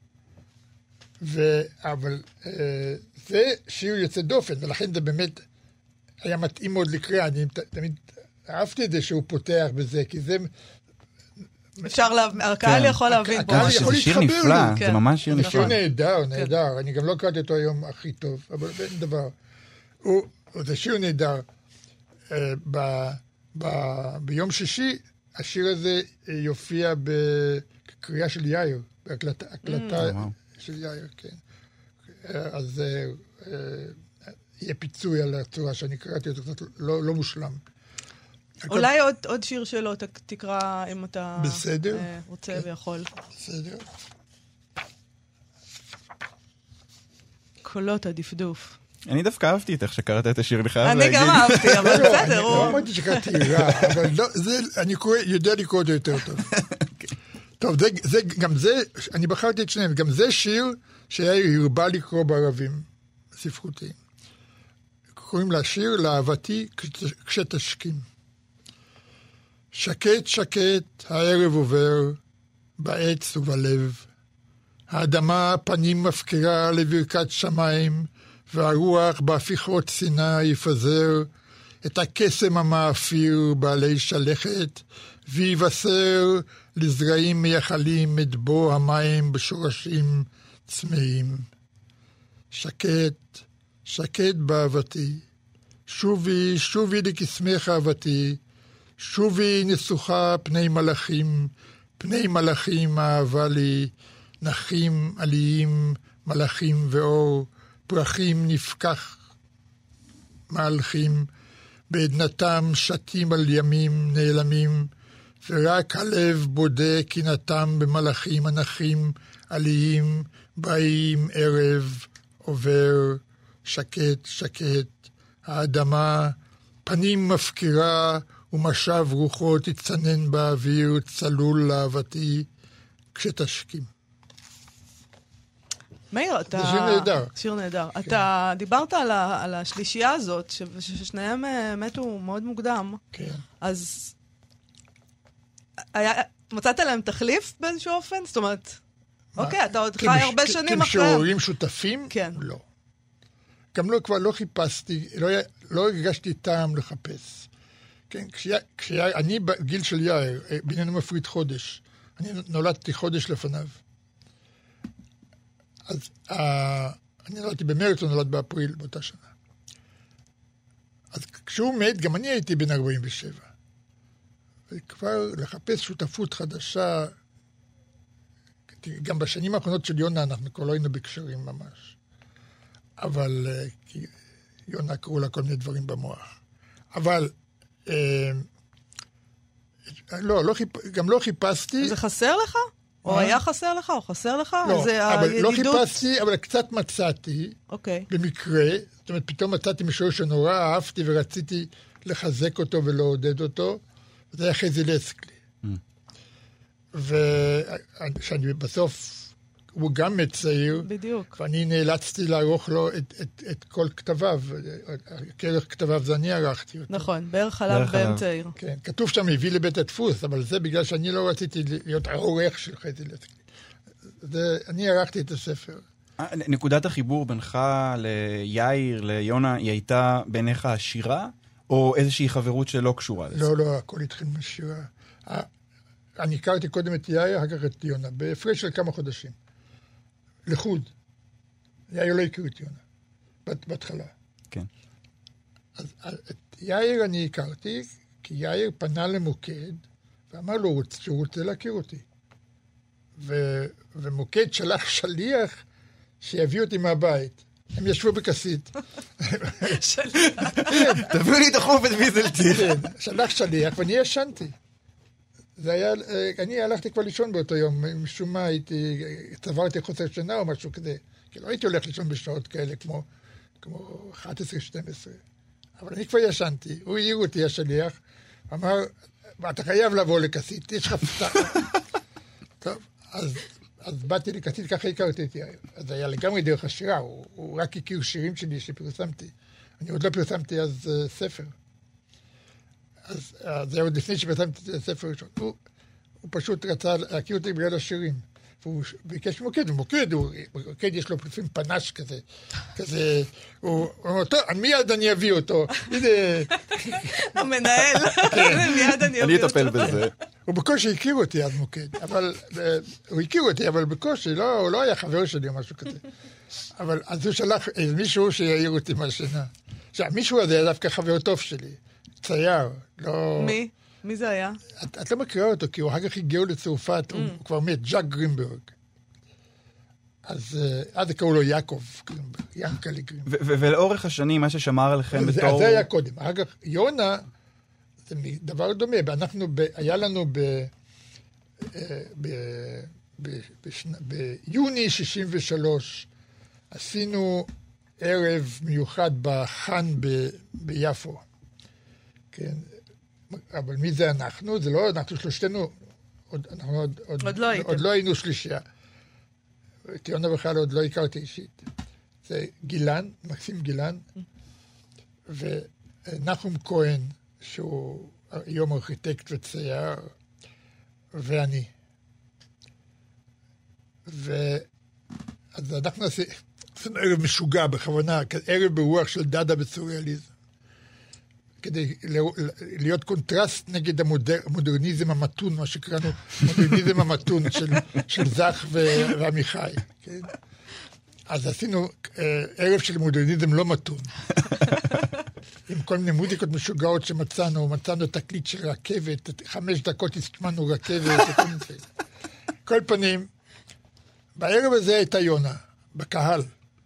אבל זה שיר יוצא דופן, ולכן זה באמת... היה מתאים מאוד לקריאה, אני תמיד אהבתי את זה שהוא פותח בזה, כי זה... אפשר להבין, הקהל יכול להבין. זה שיר נפלא, זה ממש שיר נפלא. זה שיר נהדר, נהדר, אני גם לא קראתי אותו היום הכי טוב, אבל אין דבר. זה שיר נהדר. ביום שישי, השיר הזה יופיע בקריאה של יאיר, בהקלטה של יאיר, כן. אז... יהיה פיצוי על הצורה שאני קראתי אותו, קצת לא, לא מושלם. אולי עוד, עוד שיר שלו תקרא אם אתה בסדר. אה, רוצה כן. ויכול. בסדר. קולות הדפדוף. אני דווקא אהבתי את איך שקראת את השיר, אני חייב אני להגיד. גם אהבתי, אבל בסדר. אני לא אמרתי שקראתי רע, אבל לא, זה, אני קורא, יודע לקרוא אותו יותר טוב. טוב, זה, זה, גם זה, אני בחרתי את שניהם, גם זה שיר שהיה הרבה לקרוא בערבים, ספרותיים. קוראים לשיר לאהבתי כשתשכים. שקט שקט הערב עובר בעץ ובלב. האדמה פנים מפקירה לברכת שמיים, והרוח בהפיכות שנאה יפזר את הקסם המאפיר בעלי שלכת, ויבשר לזרעים מייחלים את בו המים בשורשים צמאים. שקט שקט באהבתי, שובי, שובי לקסמך אהבתי, שובי נסוכה פני מלאכים, פני מלאכים אהבה לי, נחים עליים, מלאכים ואור, פרחים נפקח מהלכים, בעדנתם שתים על ימים נעלמים, ורק הלב בודה קינתם במלאכים הנחים עליים, באים ערב עובר, שקט, שקט, האדמה, פנים מפקירה, ומשב רוחות יצנן באוויר, צלול לאהבתי, כשתשכים. מאיר, אתה... זה שיר נהדר. שיר נהדר. כן. אתה דיברת על, ה... על השלישייה הזאת, ש... ששניהם מתו מאוד מוקדם. כן. אז... היה... מצאת להם תחליף באיזשהו אופן? זאת אומרת, מה? אוקיי, אתה עוד חי הרבה שנים אחריהם. כמשוררים שותפים? כן. לא. גם לא, כבר לא חיפשתי, לא, לא הרגשתי טעם לחפש. כן, כשאני בגיל של יאיר, בינינו מפריד חודש, אני נולדתי חודש לפניו. אז uh, אני נולדתי במרץ, הוא נולד באפריל באותה שנה. אז כשהוא מת, גם אני הייתי בן ארבעים ושבע. וכבר לחפש שותפות חדשה, גם בשנים האחרונות של יונה אנחנו כבר לא היינו בקשרים ממש. אבל uh, יונה קראו לה כל מיני דברים במוח. אבל uh, לא, לא חיפ... גם לא חיפשתי... זה חסר לך? או היה חסר לך, או חסר לך? לא, אבל הידידות... לא חיפשתי, אבל קצת מצאתי, אוקיי. במקרה, זאת אומרת, פתאום מצאתי משהו שנורא אהבתי ורציתי לחזק אותו ולעודד אותו, זה היה חזי לסקלי. Mm. ושאני בסוף, הוא גם צעיר, בדיוק. ואני נאלצתי לערוך לו את, את, את כל כתביו, כרך כתביו זה אני ערכתי אותו. נכון, בערך חלב בן צעיר. כן, כתוב שם הביא לבית הדפוס, אבל זה בגלל שאני לא רציתי להיות העורך של חזי לסקלי. זה, אני ערכתי את הספר. נקודת החיבור בינך ליאיר, ליונה, היא הייתה ביניך השירה, או איזושהי חברות שלא קשורה לזה? לא, לא, הכל התחיל משירה. אני הכרתי קודם את יאיר, אחר כך את יונה, בהפרש של כמה חודשים. לחוד. יאיר לא הכיר את יונה, בהתחלה. כן. אז את יאיר אני הכרתי, כי יאיר פנה למוקד, ואמר לו שהוא רוצה להכיר אותי. ו, ומוקד שלח שליח שיביא אותי מהבית. הם ישבו בכסית. שליח. תביאו לי דחוף את ויזלטיר. כן, שלח שליח, ואני ישנתי. זה היה, אני הלכתי כבר לישון באותו יום, משום מה הייתי, צברתי חוסר שינה או משהו כזה, כי לא הייתי הולך לישון בשעות כאלה כמו, כמו אחת עשרה שתים עשרה. אבל אני כבר ישנתי, הוא העיר אותי השליח, אמר, אתה חייב לבוא לכסית, יש לך פתח. טוב, אז, אז באתי לכסית, ככה הכרתי את יאיר. אז היה לגמרי דרך השירה, הוא, הוא רק הכיר שירים שלי שפרסמתי. אני עוד לא פרסמתי אז uh, ספר. אז זה היה עוד לפני שפרסמתי את הספר ראשון. הוא, הוא פשוט רצה להכיר אותי בגלל השירים. והוא ביקש מוקד, ומוקד, מוקד יש לו לפעמים פנש כזה, כזה, הוא אומר, טוב, מיד אני אביא אותו. הנה... המנהל, מיד אני אביא אותו. אני אטפל בזה. הוא בקושי הכיר אותי עד מוקד, אבל, הוא הכיר אותי, אבל בקושי, לא, הוא לא היה חבר שלי או משהו כזה. אבל אז הוא שלח מישהו שיעיר אותי מהשינה. עכשיו, מישהו הזה היה דווקא חבר טוב שלי. צייר, לא... מי? מי זה היה? את, את לא מכירה אותו, כי הוא אחר כך הגיעו לצרפת, mm. הוא, הוא כבר מת, ז'אק גרינברג. אז אז קראו לו יעקב גרינברג, ינקלי גרינברג. ולאורך השנים, מה ששמר עליכם בתור... אז זה היה קודם. אחר כך, יונה, זה דבר דומה, אנחנו, ב, היה לנו ב... ב... ב... בשנה, ביוני שישים ושלוש, עשינו ערב מיוחד בחאן ב, ביפו. כן, אבל מי זה אנחנו? זה לא, אנחנו שלושתנו, עוד, אנחנו עוד, עוד, עוד, לא, עוד לא היינו שלישייה. את יונה בכלל עוד לא הכרתי אישית. זה גילן, מקסים גילן, ונחום כהן, שהוא היום ארכיטקט וצייר, ואני. ו... אז אנחנו עשינו ערב משוגע בכוונה, ערב ברוח של דאדה וסוריאליזם. כדי להיות קונטרסט נגד המודר, המודרניזם המתון, מה שקראנו מודרניזם המתון של, של זך ועמיחי. כן? אז עשינו אה, ערב של מודרניזם לא מתון. עם כל מיני מוזיקות משוגעות שמצאנו, מצאנו תקליט של רכבת, חמש דקות הסתמנו רכבת. כל פנים, בערב הזה הייתה יונה, בקהל.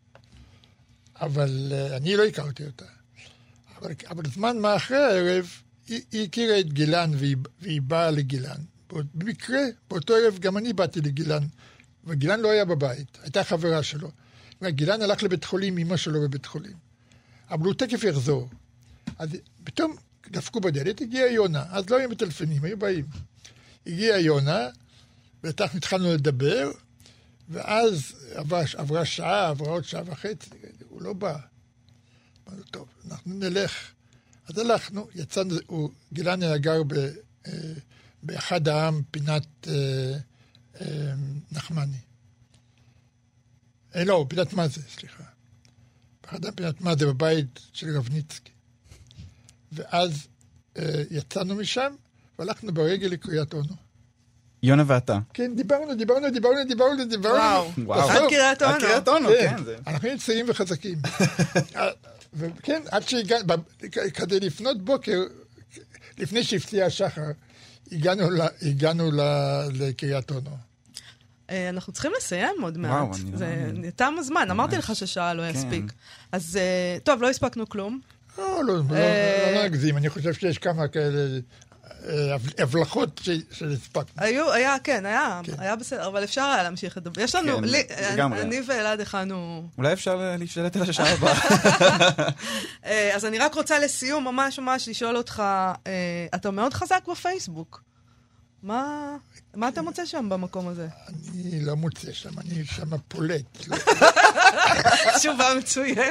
אבל אה, אני לא הכרתי אותה. אבל, אבל זמן מה אחרי הערב, היא, היא הכירה את גילן והיא, והיא באה לגילן. במקרה, באותו ערב גם אני באתי לגילן, וגילן לא היה בבית, הייתה חברה שלו. גילן הלך לבית חולים, אמא שלו בבית חולים. אבל הוא תקף יחזור. אז פתאום דפקו בדלת, הגיעה יונה, אז לא היו מטלפנים, היו באים. הגיעה יונה, ואנחנו התחלנו לדבר, ואז עברה, עברה שעה, עברה עוד שעה וחצי, הוא לא בא. אמרנו, טוב, אנחנו נלך. אז הלכנו, יצאנו, הוא, גילן היה גר ב, אה, באחד העם, פינת אה, אה, נחמני. אה, לא, פינת מה זה, סליחה. בחדר פינת מה זה בבית של רבניצקי. ואז אה, יצאנו משם, והלכנו ברגל לקריית אונו. יונה ואתה. כן, דיברנו, דיברנו, דיברנו, דיברנו, דיברנו. וואו, וואו. עד קריית אונו. עד קריית אונו, כן, כן. זה- אנחנו היינו צעירים וחזקים. וכן, עד שהגענו, כדי לפנות בוקר, לפני שהפציע השחר, הגענו ל- הגענו ל- לקריית אונו. אה, אנחנו צריכים לסיים עוד מעט. וואו, אני לא זה מאמין. תם הזמן, אמרתי ממש. לך ששעה לא כן. יספיק. אז אה, טוב, לא הספקנו כלום. לא, לא, לא, אה, לא נגזים, אני חושב שיש כמה כאלה אה, הבלחות ש- שהספקנו. היו, היה, כן, היה, היה בסדר, אבל אפשר היה להמשיך לדבר. יש לנו, כן, לי, לגמרי. אני ואלעד הכנו... אולי אפשר להשתלט על השעה הבאה. אה, אז אני רק רוצה לסיום ממש ממש לשאול אותך, אה, אתה מאוד חזק בפייסבוק. מה, מה אתה מוצא שם במקום הזה? אני לא מוצא שם, אני שם פולט. לא, תשובה מצוינת.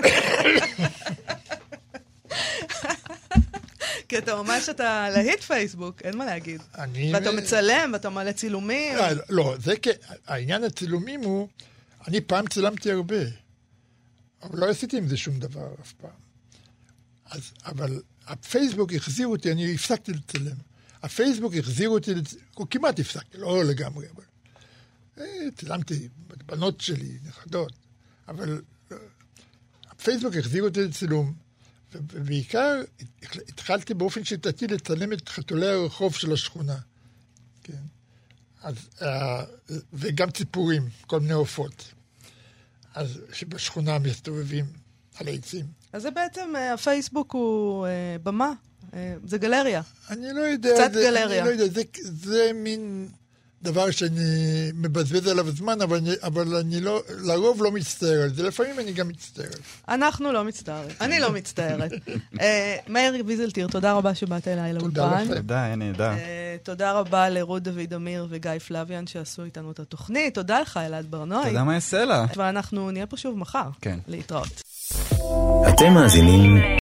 כי אתה ממש, אתה להיט פייסבוק, אין מה להגיד. אני... ואתה מצלם, ואתה מעלה צילומים. אה, לא, זה כי... העניין הצילומים הוא... אני פעם צילמתי הרבה, אבל לא עשיתי עם זה שום דבר אף פעם. אז, אבל הפייסבוק החזיר אותי, אני הפסקתי לצלם. הפייסבוק החזיר אותי, לצ... כמעט הפסקתי, לא לגמרי, אבל... אה, צילמתי בנות שלי, נכדות, אבל אה, הפייסבוק החזיר אותי לצילום, ו- ובעיקר התחלתי באופן שיטתי לצלם את חתולי הרחוב של השכונה. כן. אז, אה, וגם ציפורים, כל מיני עופות. אז שבשכונה מסתובבים על העצים. אז זה בעצם, אה, הפייסבוק הוא אה, במה, אה, זה גלריה. אני לא יודע, קצת זה, גלריה. אני לא יודע, זה, זה מין דבר שאני מבזבז עליו זמן, אבל אני, אבל אני לא, לרוב לא מצטער על זה, לפעמים אני גם מצטער. אנחנו לא מצטערים, אני לא מצטערת. אה, מאיר ויזלטיר, תודה רבה שבאת אליי תודה לאולפן. לכם. תודה, היה נהדר. אה, תודה רבה לרות דוד אמיר וגיא פלוויאן שעשו איתנו את התוכנית. תודה לך, אלעד ברנועי. תודה מה יעשה לה. ואנחנו נהיה פה שוב מחר. כן. להתראות. אתם מאזינים